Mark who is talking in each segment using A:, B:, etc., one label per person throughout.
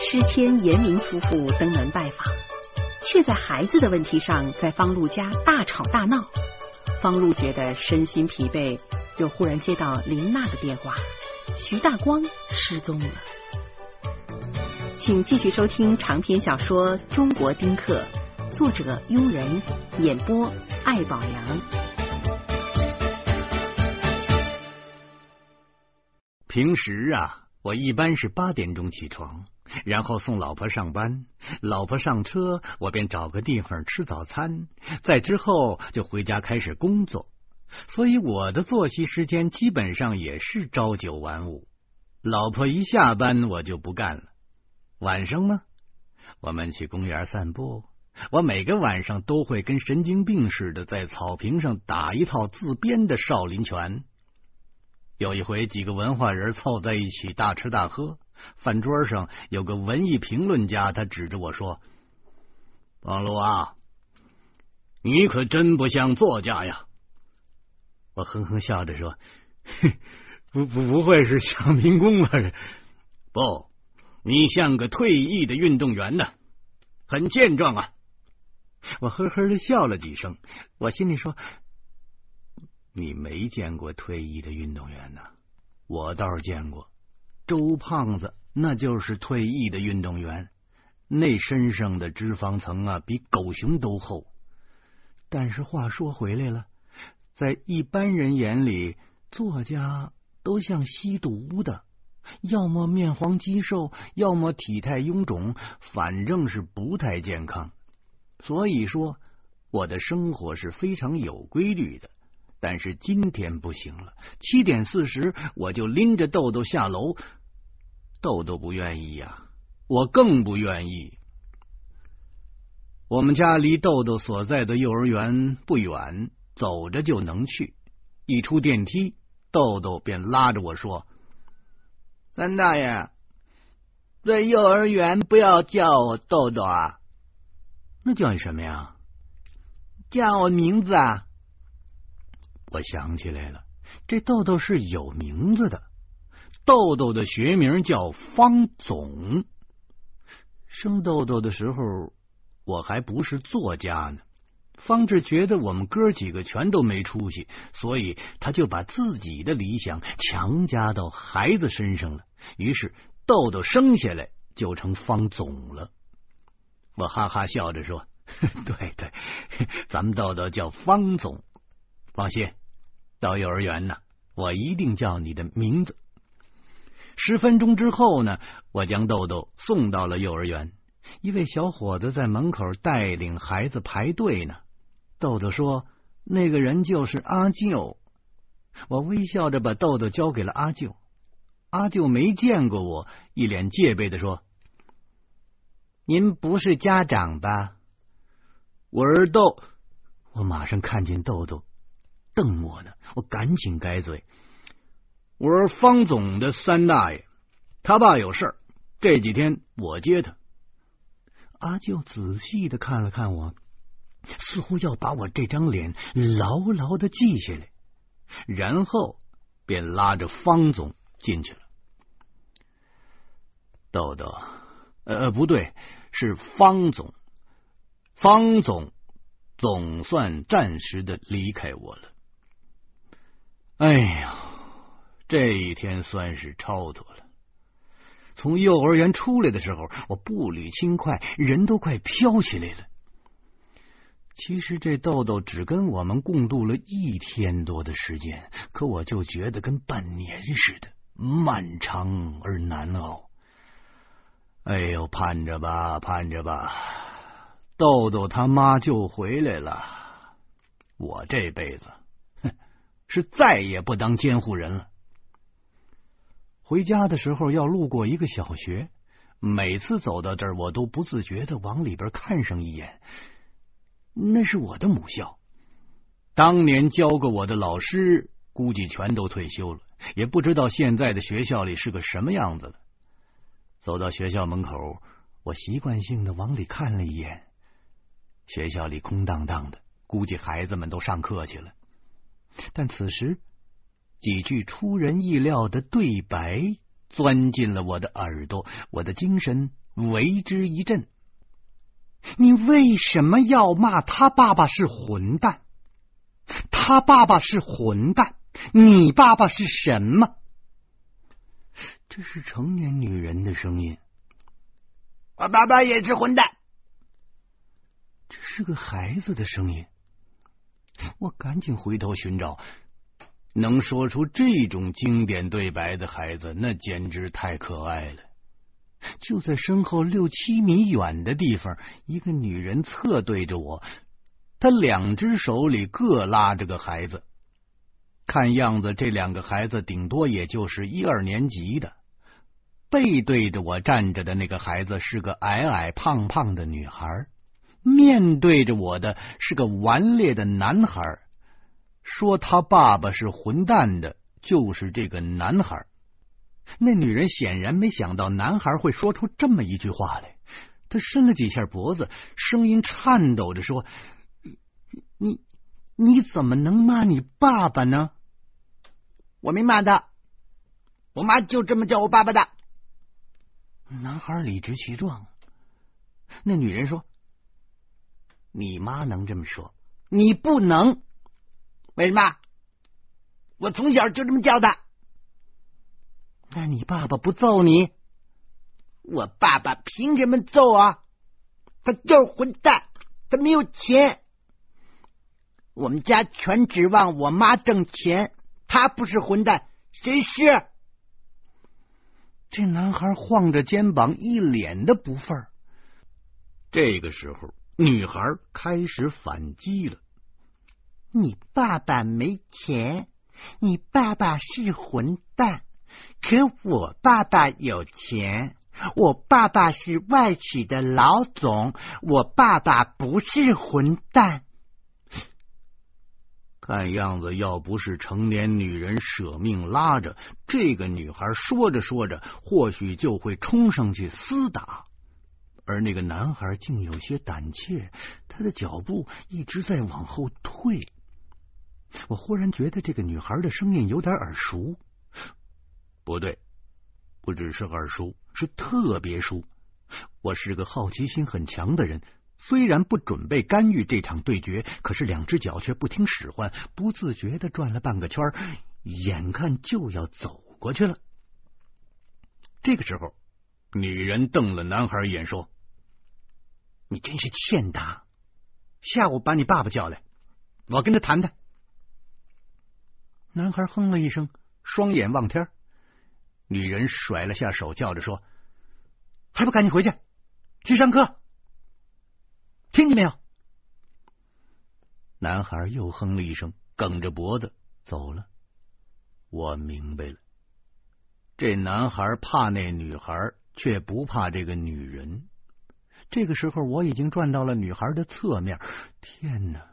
A: 诗谦、严明夫妇登门拜访，却在孩子的问题上在方路家大吵大闹。方路觉得身心疲惫，又忽然接到林娜的电话，徐大光失踪了。请继续收听长篇小说《中国丁克》，作者庸人，演播艾宝良。
B: 平时啊，我一般是8点钟起床，然后送老婆上班，老婆上车，我便找个地方吃早餐，再之后就回家开始工作。所以我的作息时间基本上也是朝9晚5。老婆一下班我就不干了。晚上吗？我们去公园散步。我每个晚上都会跟神经病似的在草坪上打一套自编的少林拳。有一回几个文化人凑在一起大吃大喝，饭桌上有个文艺评论家，他指着我说：“王璐啊，你可真不像作家呀。”我哼哼笑着说：“不会是想民工吧？不，你像个退役的运动员呢，很健壮啊。”我呵呵的笑了几声，我心里说：“你没见过退役的运动员呢，我倒是见过。周胖子那就是退役的运动员，那身上的脂肪层啊，比狗熊都厚。但是话说回来了，在一般人眼里，作家都像吸毒的，要么面黄肌瘦，要么体态臃肿，反正是不太健康。所以说，我的生活是非常有规律的。但是今天不行了，7点40我就拎着豆豆下楼。豆豆不愿意呀，我更不愿意。我们家离豆豆所在的幼儿园不远，走着就能去。一出电梯，豆豆便拉着我说：“三大爷，在幼儿园不要叫我豆豆啊。”“那叫你什么呀？”“叫我名字啊。”我想起来了，这豆豆是有名字的。豆豆的学名叫方总。生豆豆的时候，我还不是作家呢。方志觉得我们哥几个全都没出息，所以他就把自己的理想强加到孩子身上了。于是豆豆生下来就成方总了。我哈哈笑着说：“对对，咱们豆豆叫方总。放心，到幼儿园呢，我一定叫你的名字。”10分钟之后呢，我将豆豆送到了幼儿园。一位小伙子在门口带领孩子排队呢。豆豆说：“那个人就是阿舅。”我微笑着把豆豆交给了阿舅。阿舅没见过我，一脸戒备的说：“您不是家长吧？”“我是豆。”我马上看见豆豆瞪我呢，我赶紧改嘴：“我是方总的三大爷，他爸有事儿，这几天我接他。”阿舅仔细的看了看我，似乎要把我这张脸牢牢的记下来，然后便拉着方总进去了。豆豆，不对，是方总。方总总算暂时的离开我了。哎呀，这一天算是超脱了。从幼儿园出来的时候，我步履轻快，人都快飘起来了。其实这豆豆只跟我们共度了1天多的时间，可我就觉得跟半年似的，漫长而难熬。哎呦，盼着吧，盼着吧，豆豆他妈就回来了。我这辈子是再也不当监护人了。回家的时候要路过一个小学，每次走到这儿，我都不自觉的往里边看上一眼。那是我的母校，当年教过我的老师估计全都退休了，也不知道现在的学校里是个什么样子了。走到学校门口，我习惯性的往里看了一眼，学校里空荡荡的，估计孩子们都上课去了。但此时几句出人意料的对白钻进了我的耳朵，我的精神为之一振。你为什么要骂他爸爸是混蛋？他爸爸是混蛋，你爸爸是什么？这是成年女人的声音。
C: 我爸爸也是混蛋。
B: 这是个孩子的声音。我赶紧回头寻找，能说出这种经典对白的孩子，那简直太可爱了。就在身后6、7米远的地方，一个女人侧对着我，她2只手里各拉着个孩子。看样子这2个孩子顶多也就是1、2年级的。背对着我站着的那个孩子是个矮矮胖胖的女孩，面对着我的是个顽劣的男孩。说他爸爸是混蛋的就是这个男孩。那女人显然没想到男孩会说出这么一句话来，她伸了几下脖子，声音颤抖着说：你怎么能骂你爸爸呢？
C: 我没骂他，我妈就这么叫我爸爸的。
B: 男孩理直气壮。那女人说：你妈能这么说，你不能。
C: 为什么？我从小就这么叫他。
B: 那你爸爸不揍你？
C: 我爸爸凭什么揍啊？他就是混蛋，他没有钱。我们家全指望我妈挣钱，他不是混蛋，谁是？
B: 这男孩晃着肩膀，一脸的不忿。这个时候，女孩开始反击了。
C: 你爸爸没钱，你爸爸是混蛋，可我爸爸有钱，我爸爸是外企的老总，我爸爸不是混蛋。
B: 看样子要不是成年女人舍命拉着，这个女孩说着说着或许就会冲上去厮打。而那个男孩竟有些胆怯，他的脚步一直在往后退。我忽然觉得这个女孩的声音有点耳熟。不对，不只是耳熟，是特别熟。我是个好奇心很强的人，虽然不准备干预这场对决，可是2只脚却不听使唤，不自觉地转了半个圈，眼看就要走过去了。这个时候，女人瞪了男孩一眼，说：你真是欠打，下午把你爸爸叫来，我跟他谈谈。男孩哼了一声，双眼望天。女人甩了下手，叫着说：还不赶紧回去，去上课，听见没有？男孩又哼了一声，梗着脖子走了。我明白了，这男孩怕那女孩，却不怕这个女人。这个时候我已经转到了女孩的侧面。天哪！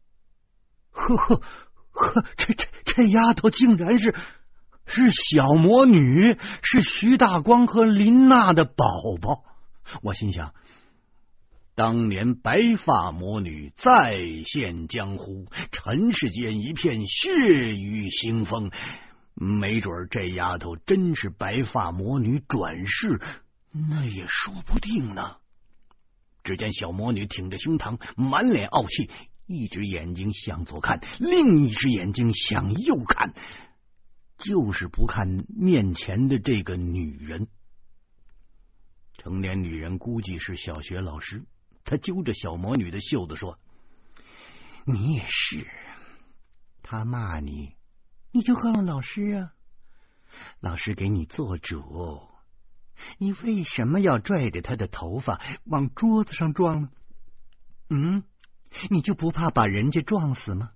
B: 这丫头竟然是小魔女，是徐大光和林娜的宝宝。我心想，当年白发魔女再现江湖，尘世间一片血雨腥风，没准这丫头真是白发魔女转世，那也说不定呢。只见小魔女挺着胸膛，满脸傲气，一只眼睛向左看，另一只眼睛向右看，就是不看面前的这个女人。成年女人估计是小学老师，她揪着小魔女的袖子说：你也是，他骂你，你就告诉老师啊，老师给你做主。你为什么要拽着他的头发往桌子上撞呢？你就不怕把人家撞死吗？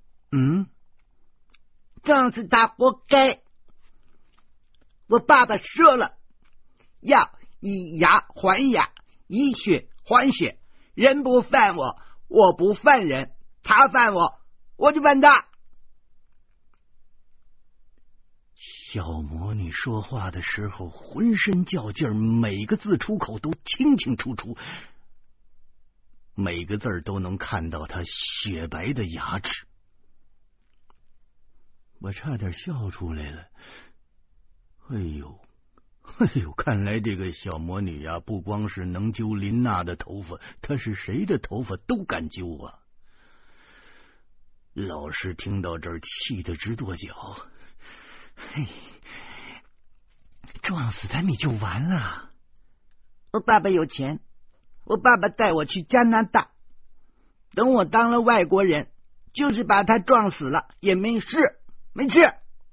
C: 撞死他活该。我爸爸说了，要以牙还牙，以血还血。人不犯我，我不犯人；他犯我，我就犯他。
B: 小魔女说话的时候浑身较劲儿，每个字出口都清清楚楚，每个字都能看到她雪白的牙齿。我差点笑出来了。哎呦， 哎呦，看来这个小魔女呀，不光是能揪林娜的头发，她是谁的头发都敢揪啊！老师听到这儿，气得直跺脚。
C: 嘿，撞死他你就完了。我爸爸有钱，我爸爸带我去加拿大，等我当了外国人，就是把他撞死了也没事，没事。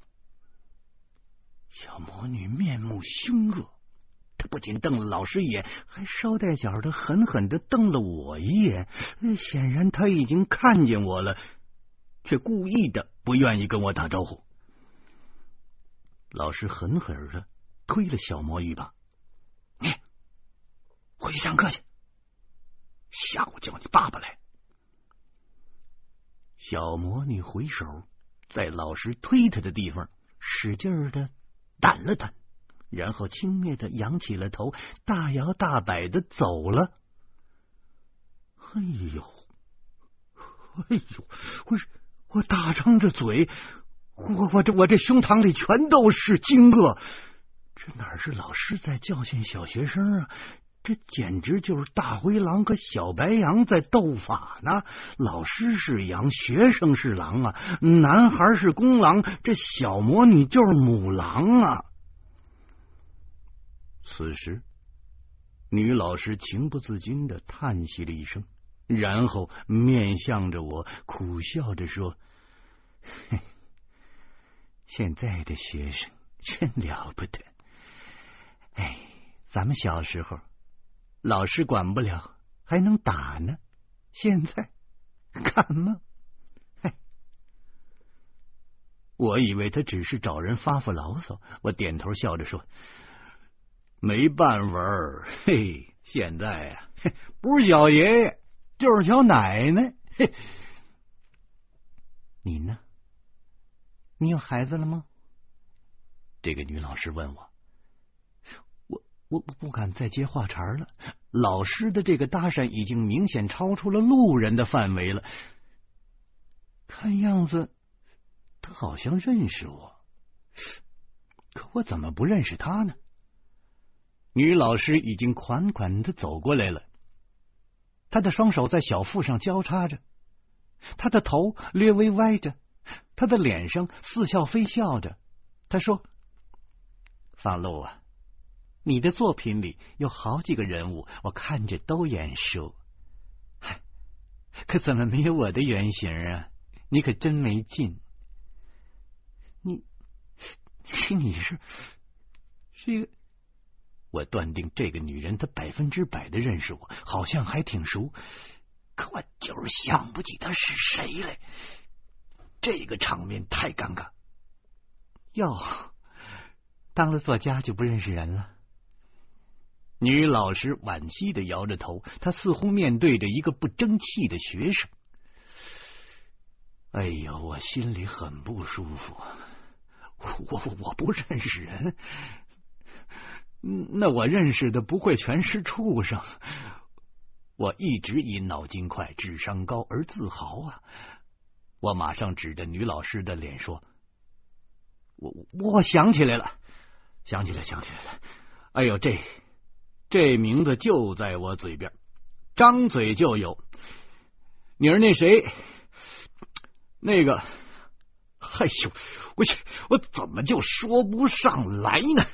B: 小魔女面目凶恶，她不仅瞪了老师一眼，还捎带脚的狠狠的瞪了我一眼。显然她已经看见我了，却故意的不愿意跟我打招呼。老师狠狠的推了小魔一把：“你回去上课去，下午叫你爸爸来。”小魔女回手在老师推她的地方使劲的掸了掸，然后轻蔑的扬起了头，大摇大摆的走了。哎呦，我大张着嘴，我这胸膛里全都是惊愕。这哪是老师在教训小学生啊？这简直就是大灰狼和小白羊在斗法呢！老师是羊，学生是狼啊，男孩是公狼，这小魔女就是母狼啊！此时，女老师情不自禁的叹息了一声，然后面向着我，苦笑着说：“现在的学生真了不得。哎，咱们小时候老师管不了，还能打呢，现在敢吗？”我以为他只是找人发发牢骚，我点头笑着说：“没办法儿，嘿，现在呀，不是小爷爷就是小奶奶。嘿，你呢？你有孩子了吗？”这个女老师问我。我不敢再接话茬了，老师的这个搭讪已经明显超出了路人的范围了。看样子他好像认识我，可我怎么不认识他呢？女老师已经款款的走过来了，她的双手在小腹上交叉着，她的头略微歪着，她的脸上似笑非笑着。她说：“方露啊，你的作品里有好几个人物，我看着都眼熟，可怎么没有我的原型啊？你可真没劲。你是一个……我断定这个女人她100%的认识我，好像还挺熟，可我就是想不起她是谁来。这个场面太尴尬。哟，当了作家就不认识人了？”女老师惋惜的摇着头，她似乎面对着一个不争气的学生。哎呦，我心里很不舒服。我不认识人，那我认识的不会全是畜生？我一直以脑筋快、智商高而自豪啊！我马上指着女老师的脸说：“我想起来了，想起来了！哎呦，这名字就在我嘴边，张嘴就有。你是那谁？那个……哎呦，我怎么就说不上来呢？”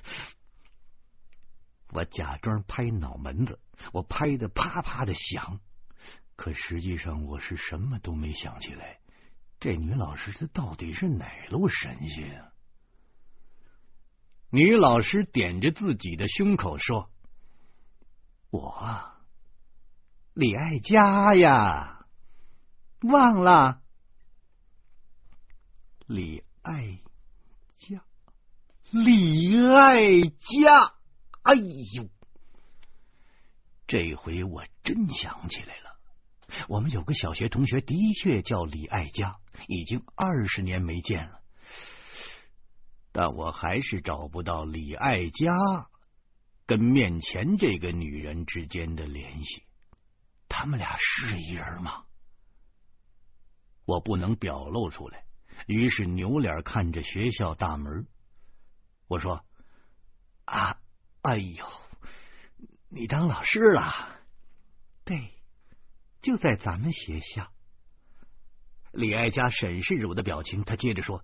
B: 我假装拍脑门子，我拍的啪啪的响，可实际上我是什么都没想起来。这女老师她到底是哪路神仙啊？女老师点着自己的胸口说：“我李爱嘉呀，忘了。”李爱嘉，哎呦，这回我真想起来了，我们有个小学同学的确叫李爱嘉，已经20年没见了，但我还是找不到李爱嘉跟面前这个女人之间的联系。他们俩是一人吗？我不能表露出来，于是扭脸看着学校大门。我说：“啊， 哎呦，你当老师了？
C: 对，就在咱们学校。
B: 李爱佳审视着我的表情，他接着说：“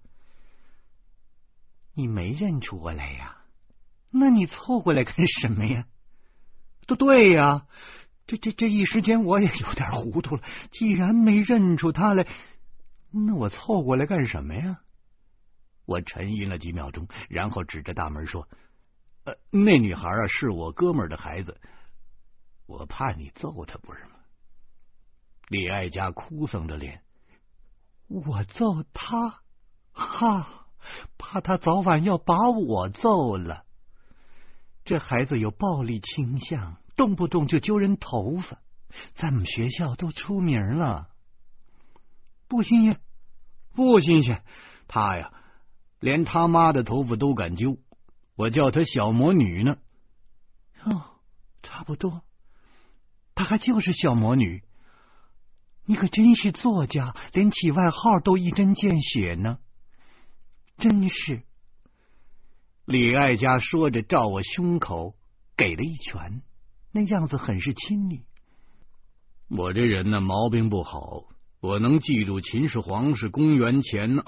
C: 你没认出我来呀？那你凑过来干什么呀？”
B: 对呀，这一时间我也有点糊涂了。既然没认出他来，那我凑过来干什么呀？我沉吟了几秒钟，然后指着大门说：“那女孩啊，是我哥们儿的孩子，我怕你揍她，不是吗？”李爱佳哭丧着脸：“
C: 我揍她？哈，怕她早晚要把我揍了。这孩子有暴力倾向，动不动就揪人头发，在我们学校都出名了。”
B: 不新鲜，不新鲜。他呀，连他妈的头发都敢揪，我叫他小魔女呢。
C: 哦，差不多，他还就是小魔女。你可真是作家，连起外号都一针见血呢。真是。
B: 李爱佳说着，照我胸口给了一拳，那样子很是亲昵。我这人呢，毛病不好。我能记住秦始皇是公元前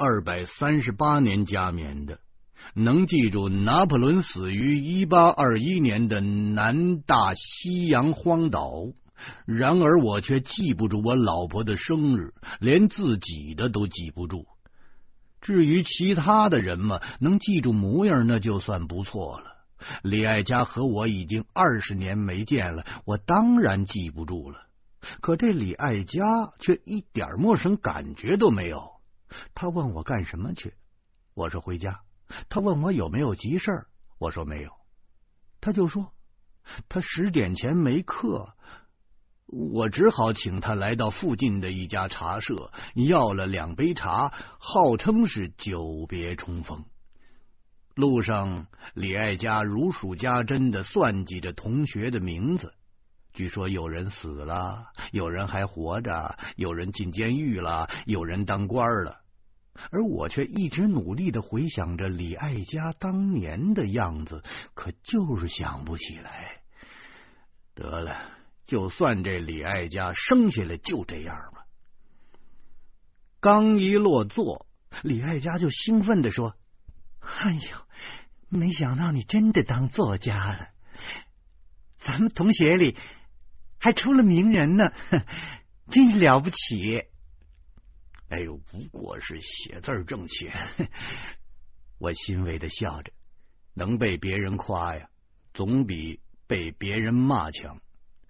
B: 238年加冕的，能记住拿破仑死于1821年的南大西洋荒岛，然而我却记不住我老婆的生日，连自己的都记不住。至于其他的人嘛，能记住模样那就算不错了。李爱佳和我已经20年没见了，我当然记不住了。可这李爱佳却一点陌生感觉都没有。他问我干什么去，我说回家。他问我有没有急事，我说没有。他就说他10点前没课，我只好请他来到附近的一家茶社，要了2杯茶，号称是久别重逢。路上，李爱佳如数家珍的算计着同学的名字。据说有人死了，有人还活着，有人进监狱了，有人当官了，而我却一直努力的回想着李爱佳当年的样子，可就是想不起来。得了，就算这李爱佳生下来就这样吧。刚一落座，李爱佳就兴奋地说：“
C: 哎呦，没想到你真的当作家了，咱们同学里还出了名人呢，真是了不起。”
B: 哎呦，不过是写字挣钱。我欣慰的笑着，能被别人夸呀，总比被别人骂强。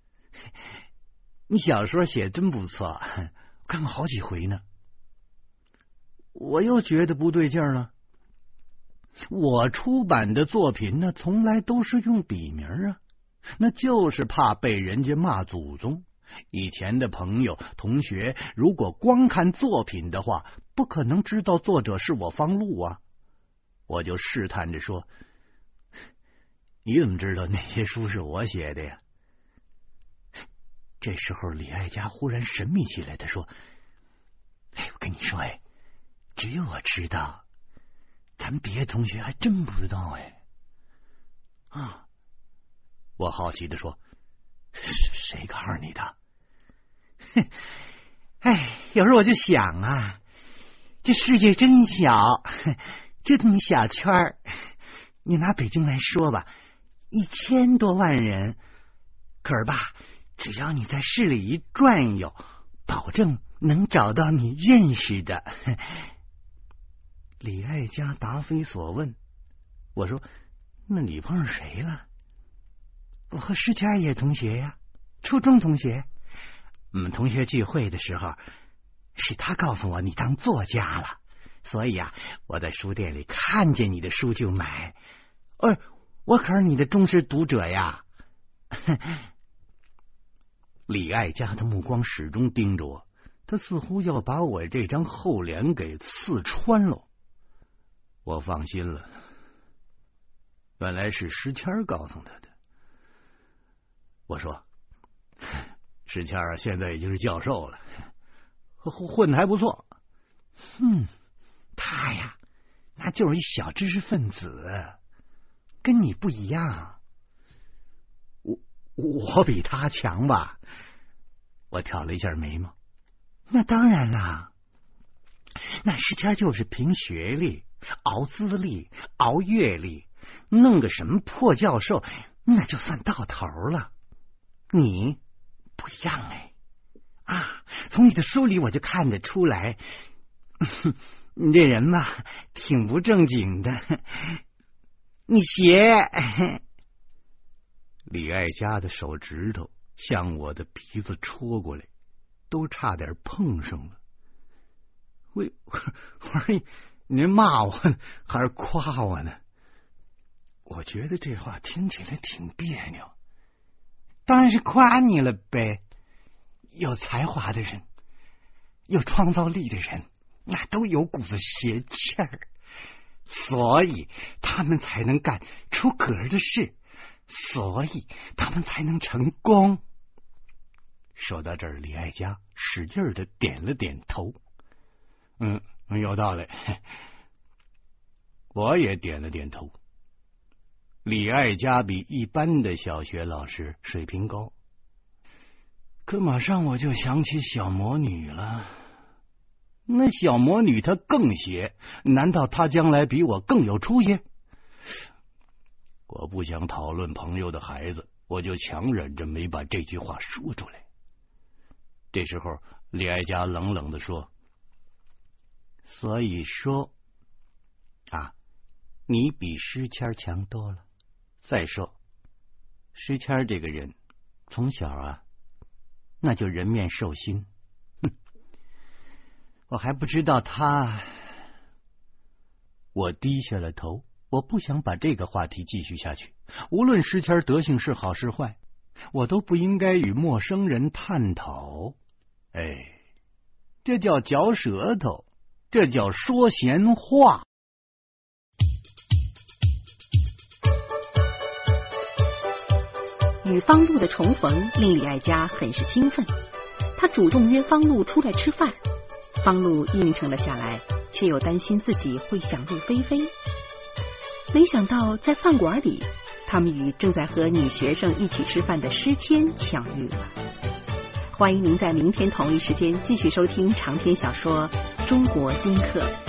C: 你小说写真不错，看过好几回呢。
B: 我又觉得不对劲了。我出版的作品呢，从来都是用笔名啊，那就是怕被人家骂祖宗。以前的朋友同学如果光看作品的话，不可能知道作者是我方路啊。我就试探着说：“你怎么知道那些书是我写的呀？”这时候李爱佳忽然神秘起来，他说：“
C: 哎，我跟你说，只有我知道，咱们别的同学还真不知道。”
B: 啊，我好奇的说：“谁告诉你的？”
C: 有时候我就想啊，这世界真小，就这么小圈儿。你拿北京来说吧，1000多万人，可是吧，只要你在市里一转悠，保证能找到你认识的。
B: 李爱佳答非所问。我说：“那你碰上谁了？”
C: 我和施家野同学呀，初中同学。
B: 我们同学聚会的时候，
C: 是他告诉我你当作家了，所以啊，我在书店里看见你的书就买。我可是你的忠实读者呀。
B: 李爱佳的目光始终盯着我，他似乎要把我这张厚脸给刺穿了。我放心了，原来是石谦告诉他的。我说：“石谦现在已经是教授了，混得还不错。”
C: 他呀，那就是一小知识分子，跟你不一样。
B: 我比他强吧？我挑了一下眉毛。
C: 那当然啦，那诗谦就是凭学历、熬资历、熬阅历，弄个什么破教授，那就算到头了。你不一样哎，从你的书里我就看得出来，你这人嘛，挺不正经的。你学。
B: 李爱家的手指头向我的鼻子戳过来，都差点碰上了。我说你骂我还是夸我呢？我觉得这话听起来挺别扭。
C: 当然是夸你了呗。有才华的人，有创造力的人，那都有股子邪气儿，所以他们才能干出格的事，所以他们才能成功。
B: 说到这儿，李爱家使劲的点了点头。有道理。我也点了点头。李爱家比一般的小学老师水平高，可马上我就想起小魔女了。那小魔女她更邪，难道她将来比我更有出息？我不想讨论朋友的孩子，我就强忍着没把这句话说出来。这时候，李爱家冷冷地说：“
C: 所以说，你比诗谦强多了。再说，诗谦这个人从小那就人面兽心。我还不知道他。”我低下了头，我不想把这个话题继续下去。无论诗谦德行是好是坏，我都不应该与陌生人探讨。
B: 这叫嚼舌头，这叫说闲话。
A: 与方路的重逢令李爱家很是兴奋，他主动约方路出来吃饭，方路应承了下来，却又担心自己会想入非非。没想到在饭馆里，他们与正在和女学生一起吃饭的诗谦相遇了。欢迎您在明天同一时间继续收听长篇小说《中国丁克》。